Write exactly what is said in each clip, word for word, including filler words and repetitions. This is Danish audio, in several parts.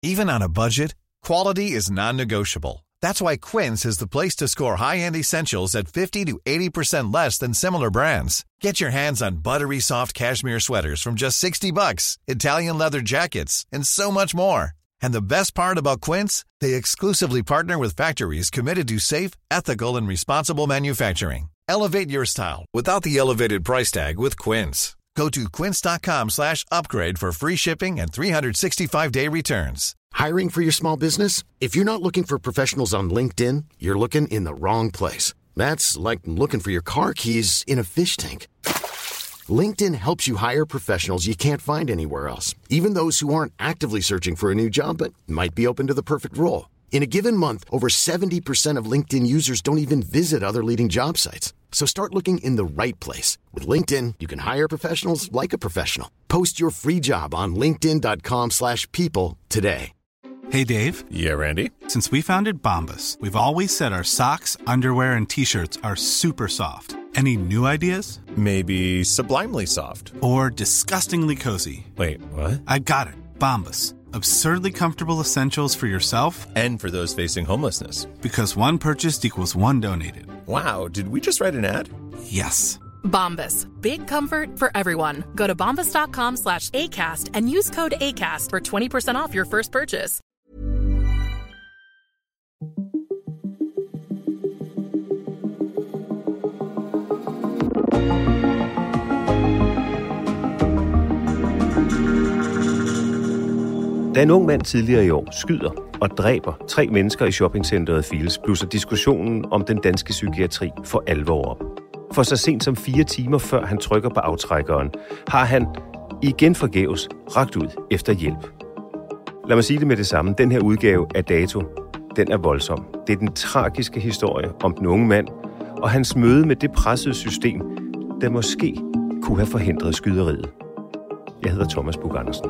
Even on a budget, quality is non-negotiable. That's why Quince is the place to score high-end essentials at fifty to eighty percent less than similar brands. Get your hands on buttery soft cashmere sweaters from just sixty bucks, Italian leather jackets, and so much more. And the best part about Quince, they exclusively partner with factories committed to safe, ethical, and responsible manufacturing. Elevate your style without the elevated price tag with Quince. Go to quince.com slash upgrade for free shipping and three sixty-five day returns. Hiring for your small business? If you're not looking for professionals on LinkedIn, you're looking in the wrong place. That's like looking for your car keys in a fish tank. LinkedIn helps you hire professionals you can't find anywhere else, even those who aren't actively searching for a new job but might be open to the perfect role. In a given month, over seventy percent of LinkedIn users don't even visit other leading job sites. So start looking in the right place. With LinkedIn, you can hire professionals like a professional. Post your free job on linkedin.com slash people today. Hey, Dave. Yeah, Randy. Since we founded Bombas, we've always said our socks, underwear, and T-shirts are super soft. Any new ideas? Maybe sublimely soft. Or disgustingly cozy. Wait, what? I got it. Bombas. Absurdly comfortable essentials for yourself and for those facing homelessness. Because one purchased equals one donated. Wow, did we just write an ad? Yes. Bombas. Big comfort for everyone. Go to bombas.com slash ACAST and use code ACAST for twenty percent off your first purchase. Da en ung mand tidligere i år skyder og dræber tre mennesker i shoppingcenteret Fields, blusser diskussionen om den danske psykiatri for alvor op. For så sent som fire timer før han trykker på aftrækkeren, har han igen forgæves rakt ud efter hjælp. Lad mig sige det med det samme. Den her udgave af Dato, den er voldsom. Det er den tragiske historie om den unge mand og hans møde med det pressede system, der måske kunne have forhindret skyderiet. Jeg hedder Thomas Buch-Andersen.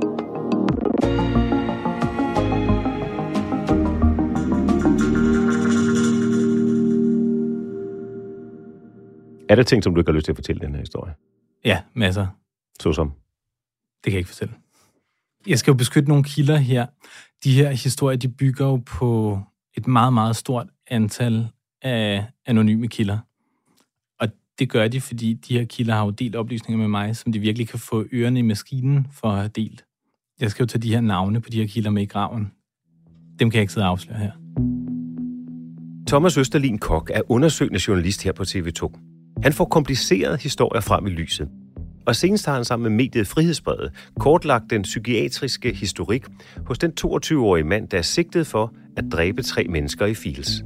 Er der ting, som du ikke har lyst til at fortælle den her historie? Ja, masser. Såsom? Det kan jeg ikke fortælle. Jeg skal jo beskytte nogle kilder her. De her historier, de bygger jo på et meget, meget stort antal af anonyme kilder. Og det gør de, fordi de her kilder har jo delt oplysninger med mig, som de virkelig kan få ørerne i maskinen for at have delt. Jeg skal jo tage de her navne på de her kilder med i graven. Dem kan jeg ikke sidde og afsløre her. Thomas Østerlin Kok er undersøgende journalist her på T V to. Han får komplicerede historier frem i lyset. Og senest har han sammen med mediet Frihedsbrevet kortlagt den psykiatriske historik hos den toogtyve-årige mand, der er sigtet for at dræbe tre mennesker i Fields.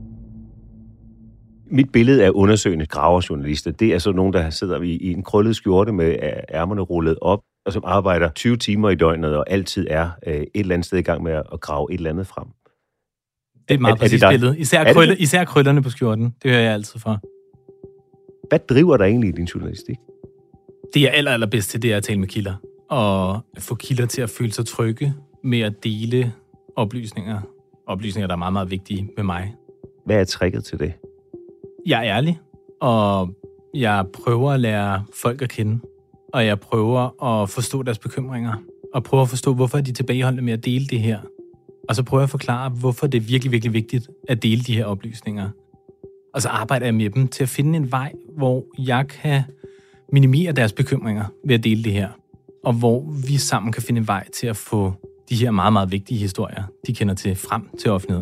Mit billede af undersøgende graverjournalister, det er så nogen, der sidder i en krøllet skjorte med ærmerne rullet op, og som arbejder tyve timer i døgnet og altid er et eller andet sted i gang med at grave et eller andet frem. Det er et meget er, præcis er billede. Især, krølle, især krøllerne på skjorten. Det hører jeg altid fra. Hvad driver dig egentlig i din journalistik? Det er aller, allerbedst til, det er at tale med kilder. Og få kilder til at føle sig trygge med at dele oplysninger. Oplysninger, der er meget, meget vigtige med mig. Hvad er tricket til det? Jeg er ærlig, og jeg prøver at lære folk at kende. Og jeg prøver at forstå deres bekymringer. Og prøver at forstå, hvorfor de er tilbageholdende med at dele det her. Og så prøver jeg at forklare, hvorfor det er virkelig, virkelig vigtigt at dele de her oplysninger. Og så arbejder jeg med dem til at finde en vej, hvor jeg kan minimere deres bekymringer ved at dele det her. Og hvor vi sammen kan finde en vej til at få de her meget, meget vigtige historier, de kender til, frem til offentligheden.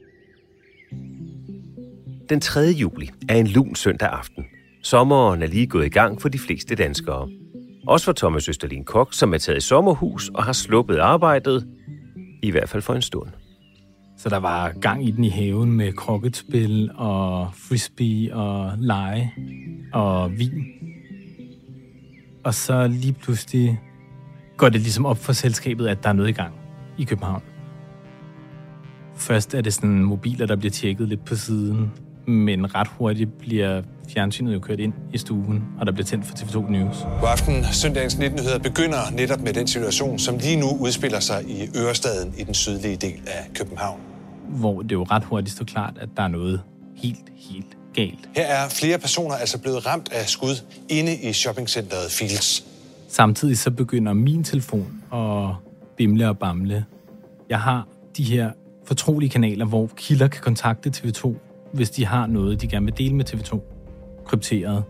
Den tredje juli er en lun søndag aften. Sommeren er lige gået i gang for de fleste danskere. Også for Thomas Østerlin Kok, som er taget i sommerhus og har sluppet arbejdet, i hvert fald for en stund. Så der var gang i den i haven med krokketspil og frisbee og lege og vin. Og så lige pludselig går det ligesom op for selskabet, at der er noget i gang i København. Først er det sådan mobiler, der bliver tjekket lidt på siden, men ret hurtigt bliver fjernsynet jo kørt ind i stuen, og der bliver tændt for T V to News. God aften. Søndagens nitten-nyheder begynder netop med den situation, som lige nu udspiller sig i Ørestaden i den sydlige del af København. Hvor det jo ret hurtigt står klart, at der er noget helt, helt galt. Her er flere personer altså blevet ramt af skud inde i shoppingcenteret Fields. Samtidig så begynder min telefon at bimle og bamle Jeg har de her fortrolige kanaler, hvor kilder kan kontakte T V to, hvis de har noget, de gerne vil dele med T V to, krypteret.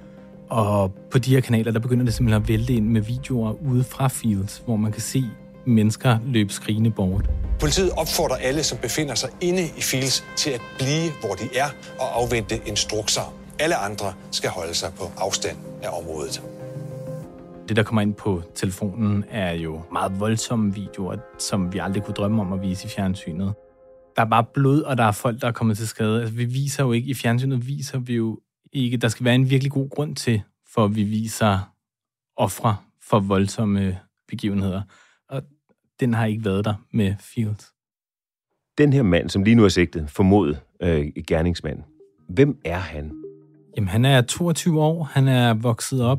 Og på de her kanaler, der begynder det simpelthen at vælte ind med videoer ude fra Fields, hvor man kan se mennesker løbe skrigende bort. Politiet opfordrer alle, som befinder sig inde i Fields, til at blive, hvor de er, og afvente instrukser. Alle andre skal holde sig på afstand af området. Det, der kommer ind på telefonen, er jo meget voldsomme videoer, som vi aldrig kunne drømme om at vise i fjernsynet. Der er bare blod, og der er folk, der er kommet til skade. Altså, vi viser jo ikke, i fjernsynet viser vi jo ikke, der skal være en virkelig god grund til, for at vi viser ofre for voldsomme begivenheder. Og den har ikke været der med Fields. Den her mand, som lige nu er sigtet, formodet øh, gerningsmand. Hvem er han? Jamen, han er toogtyve år. Han er vokset op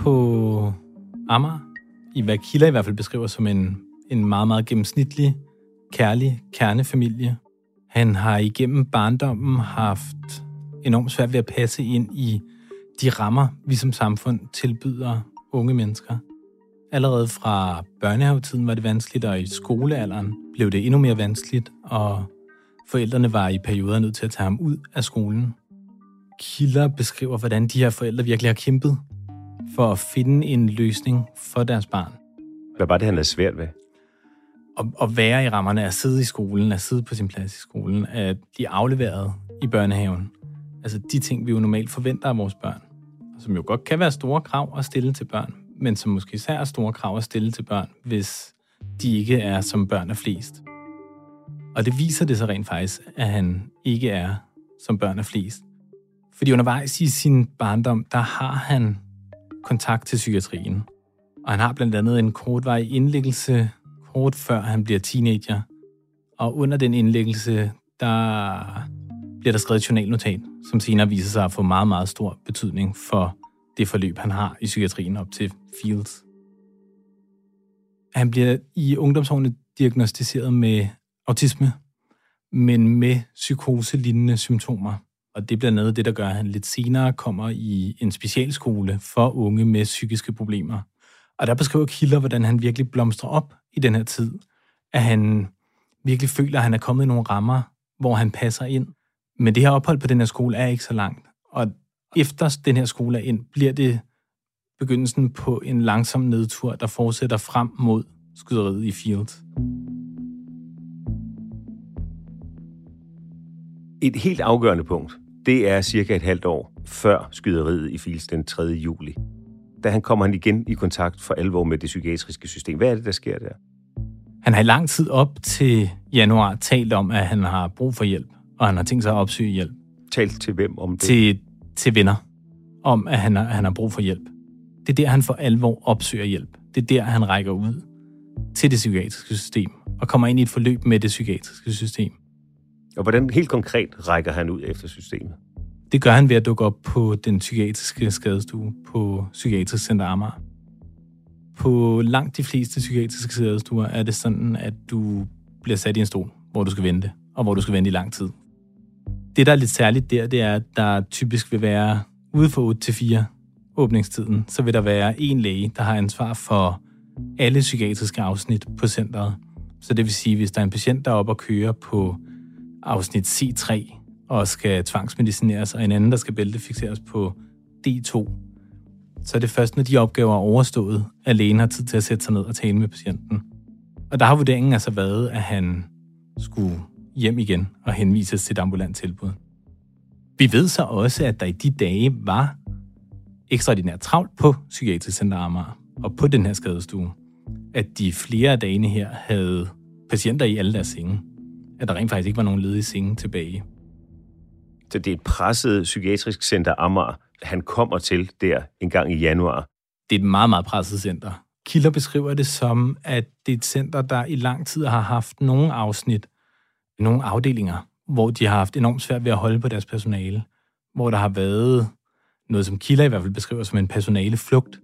på Amager, i hvad kilder i hvert fald beskriver som en, en meget, meget gennemsnitlig, kærlig kernefamilie. Han har igennem barndommen haft enormt svært ved at passe ind i de rammer, vi som samfund tilbyder unge mennesker. Allerede fra børnehavetiden var det vanskeligt, og i skolealderen blev det endnu mere vanskeligt, og forældrene var i perioder nødt til at tage ham ud af skolen. Kilder beskriver, hvordan de her forældre virkelig har kæmpet for at finde en løsning for deres barn. Hvad var det, han havde svært ved? At, at være i rammerne, at sidde i skolen, at sidde på sin plads i skolen, at blive afleveret i børnehaven. Altså de ting, vi jo normalt forventer af vores børn. Som jo godt kan være store krav at stille til børn, men som måske især er store krav at stille til børn, hvis de ikke er som børn af flest. Og det viser det så rent faktisk, at han ikke er som børn af flest. Fordi undervejs i sin barndom, der har han kontakt til psykiatrien. Og han har blandt andet en kortvarig indlæggelse, kort før han bliver teenager. Og under den indlæggelse, der bliver der skrevet et journalnotat, som senere viser sig at få meget, meget stor betydning for det forløb, han har i psykiatrien op til Fields. Han bliver i ungdomsårene diagnosticeret med autisme, men med psykose-lignende symptomer. Og det er blandt andet det, der gør, at han lidt senere kommer i en specialskole for unge med psykiske problemer. Og der beskriver kilder, hvordan han virkelig blomstrer op i den her tid. At han virkelig føler, at han er kommet i nogle rammer, hvor han passer ind. Men det her ophold på den her skole er ikke så langt. Og efter den her skole er ind, bliver det begyndelsen på en langsom nedtur, der fortsætter frem mod skyderiet i Fields. Et helt afgørende punkt, det er cirka et halvt år før skyderiet i Fields den tredje juli. Da han kommer han igen i kontakt for alvor med det psykiatriske system. Hvad er det, der sker der? Han har i lang tid op til januar talt om, at han har brug for hjælp, og han har tænkt sig at opsøge hjælp. Talt til hvem om det? Til, til venner, om at han har, han har brug for hjælp. Det er der, han for alvor opsøger hjælp. Det er der, han rækker ud til det psykiatriske system, og kommer ind i et forløb med det psykiatriske system. Og hvordan helt konkret rækker han ud efter systemet? Det gør han ved at dukke op på den psykiatriske skadestue på Psykiatrisk Center Amager. På langt de fleste psykiatriske skadestuer er det sådan, at du bliver sat i en stol, hvor du skal vente, og hvor du skal vente i lang tid. Det, der er lidt særligt der, det er, at der typisk vil være ude for otte til fire åbningstiden, så vil der være en læge, der har ansvar for alle psykiatriske afsnit på centret. Så det vil sige, hvis der er en patient, der er oppe og kører på afsnit C tre og skal tvangsmedicineres, og en anden, der skal bæltefikseres på D to, så er det først, når de opgaver er overstået, at lægen har tid til at sætte sig ned og tale med patienten. Og der har vurderingen altså været, at han skulle hjem igen og henvises til et ambulant tilbud. Vi ved så også, at der i de dage var ekstraordinært travlt på Psykiatrisk Center Amager og på den her skadestue, at de flere af dagene her havde patienter i alle deres senge. At der rent faktisk ikke var nogen ledige senge tilbage. Så det er et presset Psykiatrisk Center Amager, han kommer til der en gang i januar. Det er et meget, meget presset center. Kilder beskriver det som, at det er et center, der i lang tid har haft nogle afsnit, nogle afdelinger, hvor de har haft enormt svært ved at holde på deres personale. Hvor der har været noget, som Kilder i hvert fald beskriver som en personaleflugt.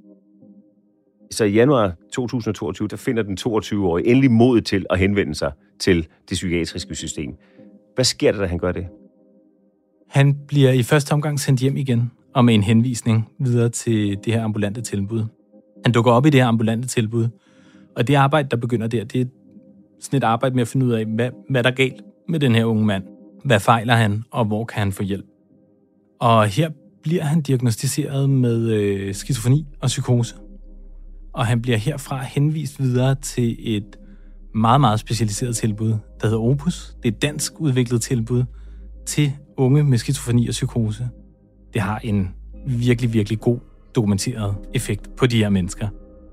Så i januar to tusind og toogtyve, der finder den toogtyve-årige endelig mod til at henvende sig til det psykiatriske system. Hvad sker der, da han gør det? Han bliver i første omgang sendt hjem igen, og med en henvisning videre til det her ambulante tilbud. Han dukker op i det her ambulante tilbud, og det arbejde, der begynder der, det sådan et arbejde med at finde ud af, hvad, hvad der er galt med den her unge mand. Hvad fejler han, og hvor kan han få hjælp? Og her bliver han diagnosticeret med øh, skizofreni og psykose. Og han bliver herfra henvist videre til et meget, meget specialiseret tilbud, der hedder Opus. Det er et dansk udviklet tilbud til unge med skizofreni og psykose. Det har en virkelig, virkelig god dokumenteret effekt på de her mennesker.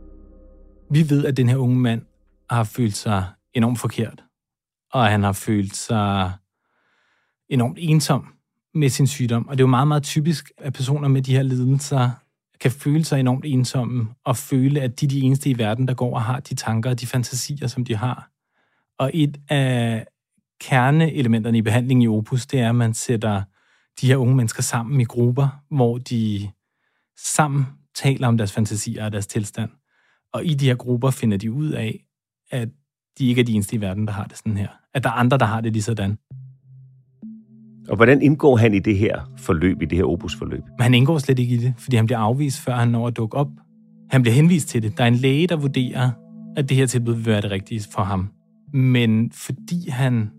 Vi ved, at den her unge mand har følt sig enormt forkert, og han har følt sig enormt ensom med sin sygdom. Og det er jo meget, meget typisk, at personer med de her lidelser kan føle sig enormt ensomme og føle, at de er de eneste i verden, der går og har de tanker og de fantasier, som de har. Og et af kerneelementerne i behandlingen i Opus, det er, at man sætter de her unge mennesker sammen i grupper, hvor de sammen taler om deres fantasier og deres tilstand. Og i de her grupper finder de ud af, at de ikke er de eneste i verden, der har det sådan her. At der er andre, der har det lige sådan. Og hvordan indgår han i det her forløb, i det her Opus-forløb? Han indgår slet ikke i det, fordi han bliver afvist, før han når at dukke op. Han bliver henvist til det. Der er en læge, der vurderer, at det her tilbud vil være det rigtige for ham. Men fordi han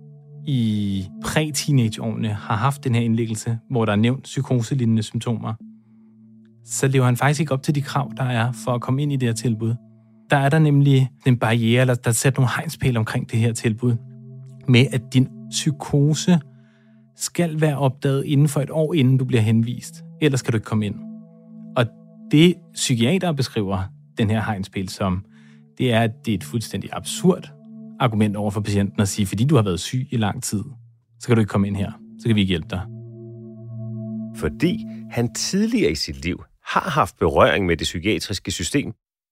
i præ-teenageårene har haft den her indlæggelse, hvor der er nævnt psykoselignende symptomer, så lever han faktisk ikke op til de krav, der er for at komme ind i det her tilbud. Der er der nemlig en barriere, eller der er sat nogle hegnspæle omkring det her tilbud, med at din psykose skal være opdaget inden for et år, inden du bliver henvist. Ellers skal du ikke komme ind. Og det psykiater beskriver den her hegnspæl som, det er, at det er et fuldstændig absurd argument over for patienten at sige, fordi du har været syg i lang tid, så kan du ikke komme ind her. Så kan vi ikke hjælpe dig. Fordi han tidligere i sit liv har haft berøring med det psykiatriske system,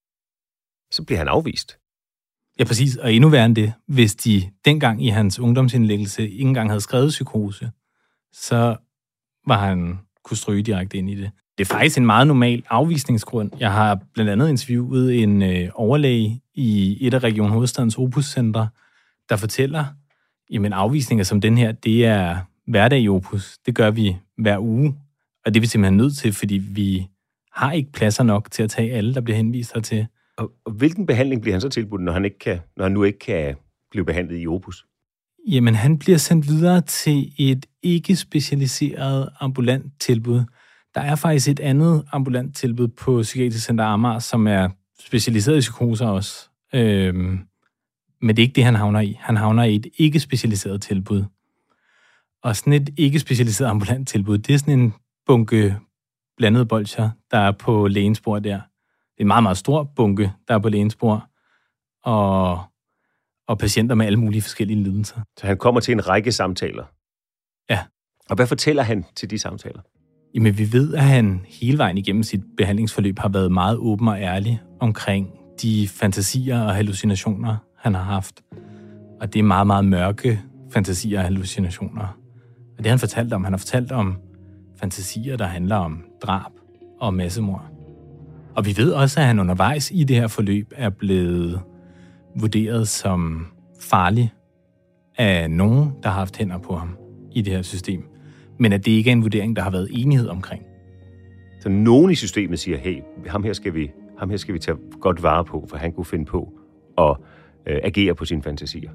så bliver han afvist. Ja, præcis. Og endnu værre end det, hvis de dengang i hans ungdomsindlæggelse ikke engang havde skrevet psykose, så var han kunne stryge direkte ind i det. Det er faktisk en meget normal afvisningsgrund. Jeg har blandt andet interviewet en øh, overlæge i et af Region Hovedstadens Opus-centre, der fortæller, jamen afvisninger som den her, det er hverdag i Opus. Det gør vi hver uge, og det er vi simpelthen nødt til, fordi vi har ikke pladser nok til at tage alle, der bliver henvist hertil. Og, og hvilken behandling bliver han så tilbudt, når han, ikke kan, når han nu ikke kan blive behandlet i Opus? Jamen, han bliver sendt videre til et ikke-specialiseret ambulant tilbud. Der er faktisk et andet ambulant tilbud på Psykiatrisk Center Amager, som er specialiseret i psykoser også. Øhm, men det er ikke det, han havner i. Han havner i et ikke-specialiseret tilbud. Og sådan et ikke-specialiseret ambulant tilbud, det er sådan en bunke blandede bolcher, der er på lægens bord der. Det er en meget, meget stor bunke, der er på lægens bord, og, og patienter med alle mulige forskellige lidelser. Så han kommer til en række samtaler? Ja. Og hvad fortæller han til de samtaler? Jamen, vi ved, at han hele vejen igennem sit behandlingsforløb har været meget åben og ærlig omkring de fantasier og hallucinationer, han har haft. Og det er meget, meget mørke fantasier og hallucinationer. Og det han fortalt om, han har fortalt om fantasier, der handler om drab og massemord. Og vi ved også, at han undervejs i det her forløb er blevet vurderet som farlig af nogen, der har haft hænder på ham i det her system. Men at det ikke er en vurdering, der har været enighed omkring. Så nogen i systemet siger, hey, ham her skal vi, ham her skal vi tage godt vare på, for han kunne finde på at øh, agere på sine fantasier.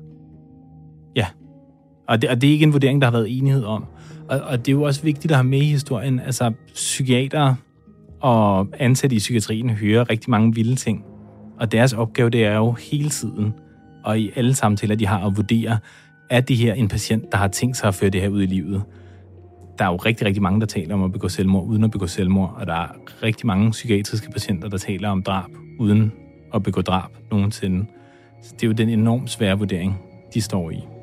Ja, og det, og det er ikke en vurdering, der har været enighed om. Og, og det er jo også vigtigt at have med i historien. Altså, psykiatere og ansatte i psykiatrien hører rigtig mange vilde ting. Og deres opgave, det er jo hele tiden, og i alle samtaler, de har at vurdere, er det her en patient, der har tænkt sig at føre det her ud i livet. Der er jo rigtig, rigtig mange, der taler om at begå selvmord uden at begå selvmord, og der er rigtig mange psykiatriske patienter, der taler om drab uden at begå drab nogensinde. Så det er jo den enormt svære vurdering, de står i.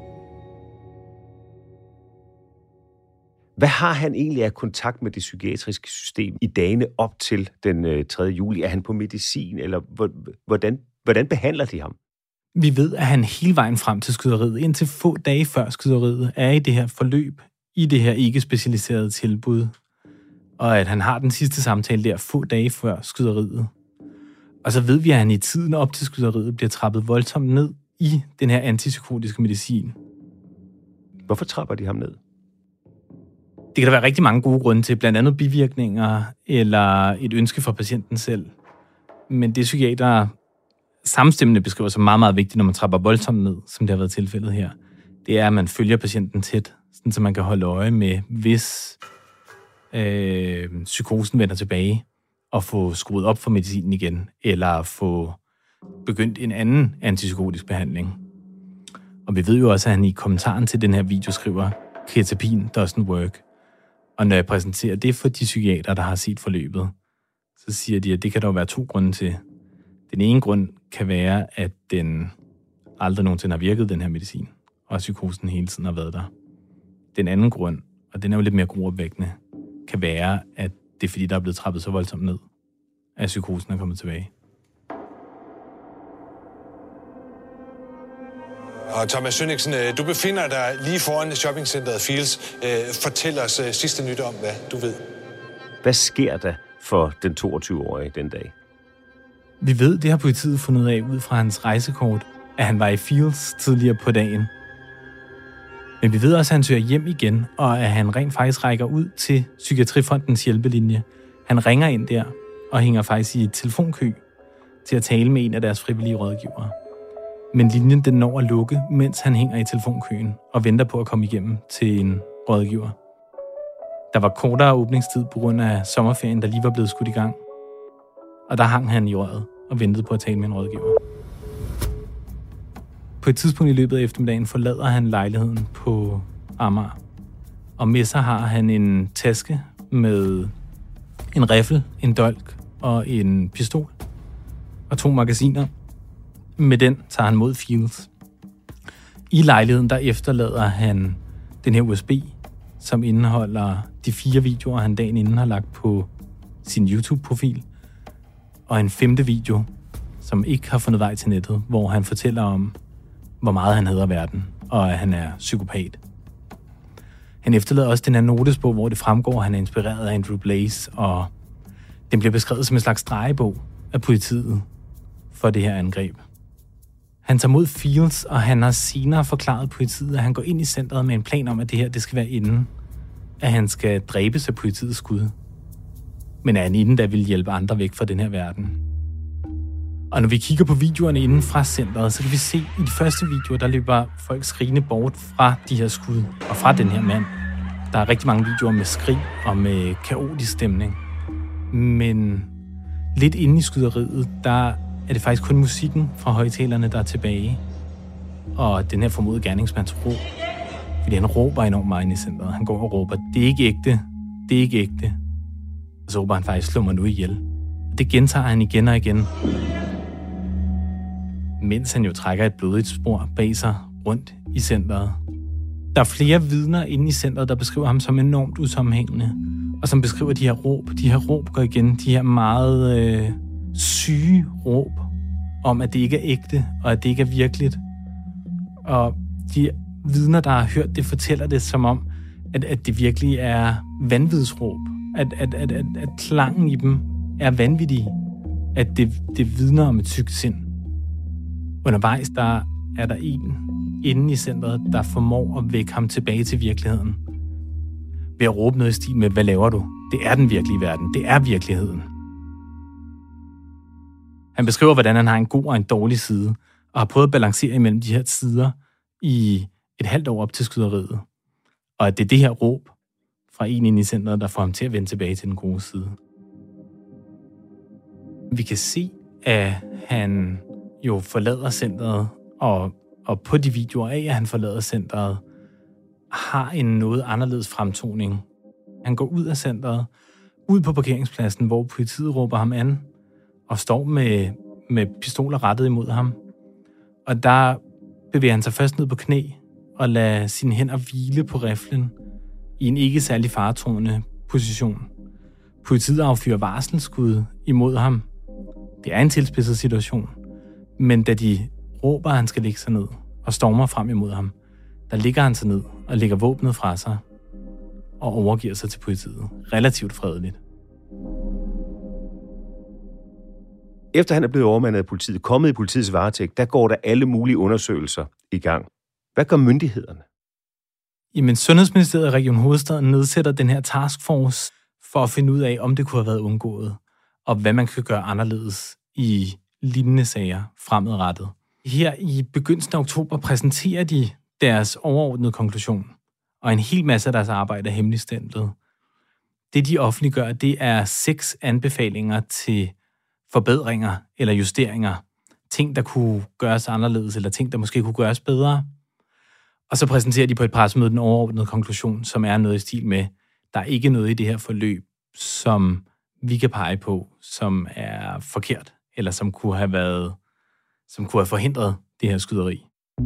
Hvad har han egentlig af kontakt med det psykiatriske system i dagene op til den tredje juli? Er han på medicin, eller hvordan, hvordan behandler de ham? Vi ved, at han hele vejen frem til skyderiet, indtil få dage før skyderiet, er i det her forløb, i det her ikke-specialiserede tilbud, og at han har den sidste samtale der få dage før skyderiet. Og så ved vi, at han i tiden op til skyderiet bliver trappet voldsomt ned i den her antipsykotiske medicin. Hvorfor trapper de ham ned? Det kan der være rigtig mange gode grunde til, blandt andet bivirkninger eller et ønske fra patienten selv. Men det psykiater samstemmende beskriver som meget, meget vigtigt, når man trapper voldsomt ned, som det har været tilfældet her, det er, at man følger patienten tæt, sådan, så man kan holde øje med, hvis øh, psykosen vender tilbage, og få skruet op for medicinen igen, eller få begyndt en anden antipsykotisk behandling. Og vi ved jo også, at han i kommentaren til den her video skriver, ketapin doesn't work. Og når jeg præsenterer det for de psykiater, der har set forløbet, så siger de, at det kan der jo være to grunde til. Den ene grund kan være, at den aldrig nogensinde har virket, den her medicin, og psykosen hele tiden har været der. Den anden grund, og den er jo lidt mere gruopvækkende, kan være, at det er fordi, der er blevet trappet så voldsomt ned, at psykosen er kommet tilbage. Og Thomas Sønniksen, du befinder dig lige foran shoppingcenteret Fields. Fortæl os sidste nyt om, hvad du ved. Hvad sker der for den toogtyve-årige den dag? Vi ved, det har politiet fundet af ud fra hans rejsekort, at han var i Fields tidligere på dagen. Men vi ved også, at han søger hjem igen, og at han rent faktisk rækker ud til Psykiatrifondens hjælpelinje. Han ringer ind der og hænger faktisk i et telefonkø til at tale med en af deres frivillige rådgivere. Men linjen den når at lukke, mens han hænger i telefonkøen og venter på at komme igennem til en rådgiver. Der var kortere åbningstid på grund af sommerferien, der lige var blevet skudt i gang. Og der hang han i røret og ventede på at tale med en rådgiver. På et tidspunkt i løbet af eftermiddagen forlader han lejligheden på Amager. Og med sig har han en taske med en riffel, en dolk og en pistol og to magasiner. Med den tager han mod Fields. I lejligheden der efterlader han den her U S B, som indeholder de fire videoer, han dagen inden har lagt på sin YouTube-profil. Og en femte video, som ikke har fundet vej til nettet, hvor han fortæller om, hvor meget han hader verden, og at han er psykopat. Han efterlader også den her notesbog, hvor det fremgår, at han er inspireret af Andrew Blaze, og den bliver beskrevet som en slags drejebog af politiet for det her angreb. Han tager mod Fields, og han har senere forklaret politiet, at han går ind i centret med en plan om, at det her det skal være inden, at han skal dræbes af politiets skud. Men at han inden da vil hjælpe andre væk fra den her verden. Og når vi kigger på videoerne inden fra centret, så kan vi se, at i de første videoer, der løber folk skrigende bort fra de her skud og fra den her mand. Der er rigtig mange videoer med skrig og med kaotisk stemning. Men lidt inde i skyderiet, der er det faktisk kun musikken fra højtalerne, der er tilbage. Og den her formodede gerningsmands råb. Fordi han råber enormt meget inde i centret. Han går og råber, det er ikke ægte, det er ikke ægte. Og så råber han faktisk, slå mig nu ihjel. Og det gentager han igen og igen. Mens han jo trækker et blodigt spor bag sig rundt i centret. Der er flere vidner inde i centret, der beskriver ham som enormt usammenhængende. Og som beskriver de her råb. De her råb går igen. De her meget øh, syge råb om, at det ikke er ægte, og at det ikke er virkeligt. Og de vidner, der har hørt det, fortæller det som om, at, at det virkelig er vanvidsråb. At, at, at, at, at klangen i dem er vanvittig. At det, det vidner om et sygt sind. Undervejs der er der en inde i centret, der formår at vække ham tilbage til virkeligheden. Ved at råbe noget i stil med, hvad laver du? Det er den virkelige verden. Det er virkeligheden. Han beskriver, hvordan han har en god og en dårlig side, og har prøvet at balancere imellem de her sider i et halvt år op til skyderiet. Og at det er det her råb fra en inde i centret, der får ham til at vende tilbage til den gode side. Vi kan se, at han jo forlader centret, og, og på de videoer af, at han forlader centret, har en noget anderledes fremtoning. Han går ud af centret, ud på parkeringspladsen, hvor politiet råber ham an, og står med, med pistoler rettet imod ham. Og der bevæger han sig først ned på knæ, og lader sine hænder hvile på riflen i en ikke særlig faretruende position. Politiet affyrer varselsskud imod ham. Det er en tilspidset situation. Men da de råber, at han skal lægge sig ned og stormer frem imod ham, der ligger han sig ned og lægger våbnet fra sig og overgiver sig til politiet. Relativt fredeligt. Efter han er blevet overmandet af politiet, kommet i politiets varetægt, der går der alle mulige undersøgelser i gang. Hvad gør myndighederne? Jamen, Sundhedsministeriet og Region Hovedstaden nedsætter den her taskforce for at finde ud af, om det kunne have været undgået, og hvad man kan gøre anderledes i lignende sager fremadrettet. Her i begyndelsen af oktober præsenterer de deres overordnede konklusion, og en hel masse af deres arbejde er hemmeligstemplet. Det, de offentliggør, det er seks anbefalinger til forbedringer eller justeringer. Ting, der kunne gøres anderledes, eller ting, der måske kunne gøres bedre. Og så præsenterer de på et pressemøde den overordnede konklusion, som er noget i stil med, der er ikke noget i det her forløb, som vi kan pege på, som er forkert, eller som kunne have været, som kunne have forhindret det her skyderi.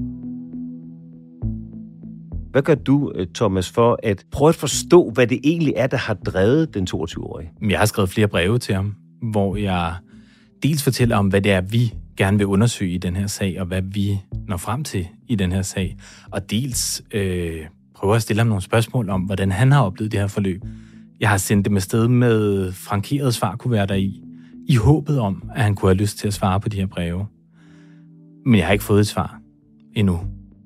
Hvad gør du, Thomas, for at prøve at forstå, hvad det egentlig er, der har drevet den toogtyve-årige? Jeg har skrevet flere breve til ham, hvor jeg dels fortæller om, hvad det er, vi gerne vil undersøge i den her sag, og hvad vi når frem til i den her sag. Og dels øh, prøver at stille ham nogle spørgsmål om, hvordan han har oplevet det her forløb. Jeg har sendt dem afsted med frankerede svarkuverter i, i håbet om, at han kunne have lyst til at svare på de her breve. Men jeg har ikke fået et svar endnu.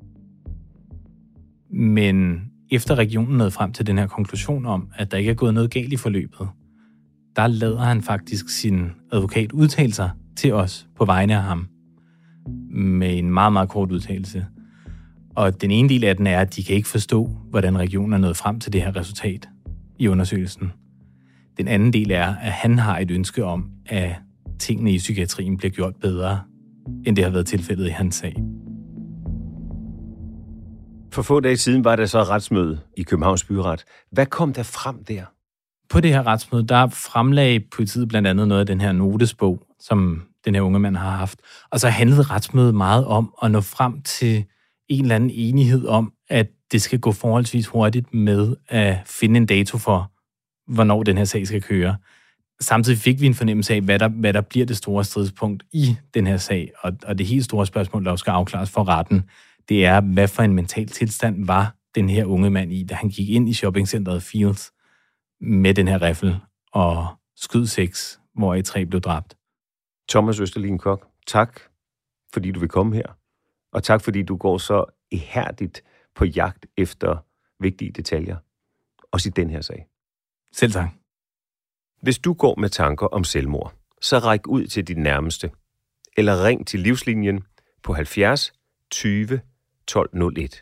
Men efter regionen nåede frem til den her konklusion om, at der ikke er gået noget galt i forløbet, der lader han faktisk sin advokat udtale sig til os på vegne af ham med en meget, meget kort udtalelse. Og den ene del af den er, at de kan ikke forstå, hvordan regionen er nået frem til det her resultat i undersøgelsen. Den anden del er, at han har et ønske om, at tingene i psykiatrien bliver gjort bedre, end det har været tilfældet i hans sag. For få dage siden var der så retsmøde i Københavns Byret. Hvad kom der frem der? På det her retsmøde, der fremlagde politiet blandt andet noget af den her notesbog, som den her unge mand har haft. Og så handlede retsmødet meget om at nå frem til en eller anden enighed om, at det skal gå forholdsvis hurtigt med at finde en dato for, hvornår den her sag skal køre. Samtidig fik vi en fornemmelse af, hvad der, hvad der bliver det store stridspunkt i den her sag. Og, og det helt store spørgsmål, der skal afklares for retten, det er, hvad for en mental tilstand var den her unge mand i, da han gik ind i shoppingcenteret Fields med den her riffel og skød seks, hvor tre blev dræbt. Thomas Østerlin Kok, tak fordi du vil komme her. Og tak fordi du går så ihærdigt på jagt efter vigtige detaljer. Også i den her sag. Selv tak. Hvis du går med tanker om selvmord, så ræk ud til din nærmeste. Eller ring til Livslinjen på halvfjerds tyve tolv nul et.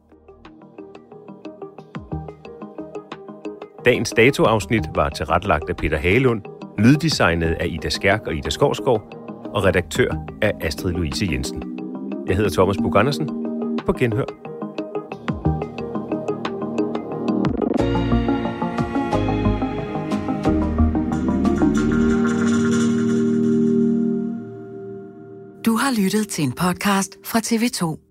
Dagens datoafsnit var tilrettelagt af Peter Hagelund, lyddesignet af Ida Skærk og Ida Skovsgaard, og redaktør af Astrid Louise Jensen. Jeg hedder Thomas Buch Andersen. På genhør. Du har lyttet til en podcast fra T V to.